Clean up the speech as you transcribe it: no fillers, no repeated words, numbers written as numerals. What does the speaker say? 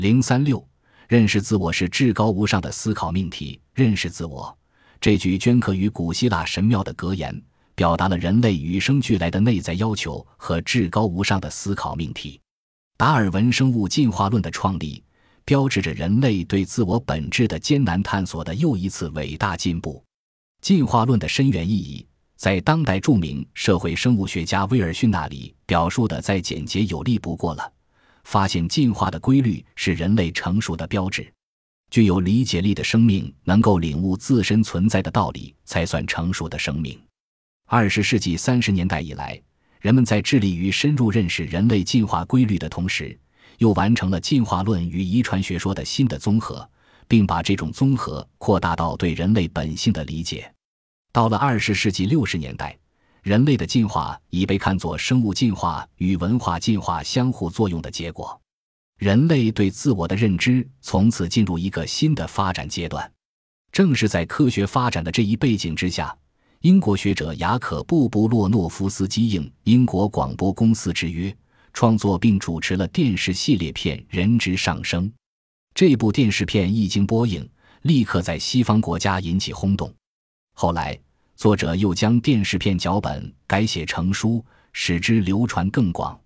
036认识自我是至高无上的思考命题。认识自我这句镌刻于古希腊神庙的格言，表达了人类与生俱来的内在要求和至高无上的思考命题。达尔文生物进化论的创立，标志着人类对自我本质的艰难探索的又一次伟大进步。进化论的深远意义，在当代著名社会生物学家威尔逊那里表述的再简洁有力不过了。发现进化的规律是人类成熟的标志，具有理解力的生命能够领悟自身存在的道理，才算成熟的生命。20世纪30年代以来，人们在致力于深入认识人类进化规律的同时，又完成了进化论与遗传学说的新的综合，并把这种综合扩大到对人类本性的理解。到了20世纪60年代，人类的进化已被看作生物进化与文化进化相互作用的结果。人类对自我的认知从此进入一个新的发展阶段。正是在科学发展的这一背景之下，英国学者雅可布·布洛诺夫斯基应英国广播公司之约，创作并主持了电视系列片《人之上升》。这部电视片一经播映，立刻在西方国家引起轰动。后来作者又将电视片脚本改写成书，使之流传更广。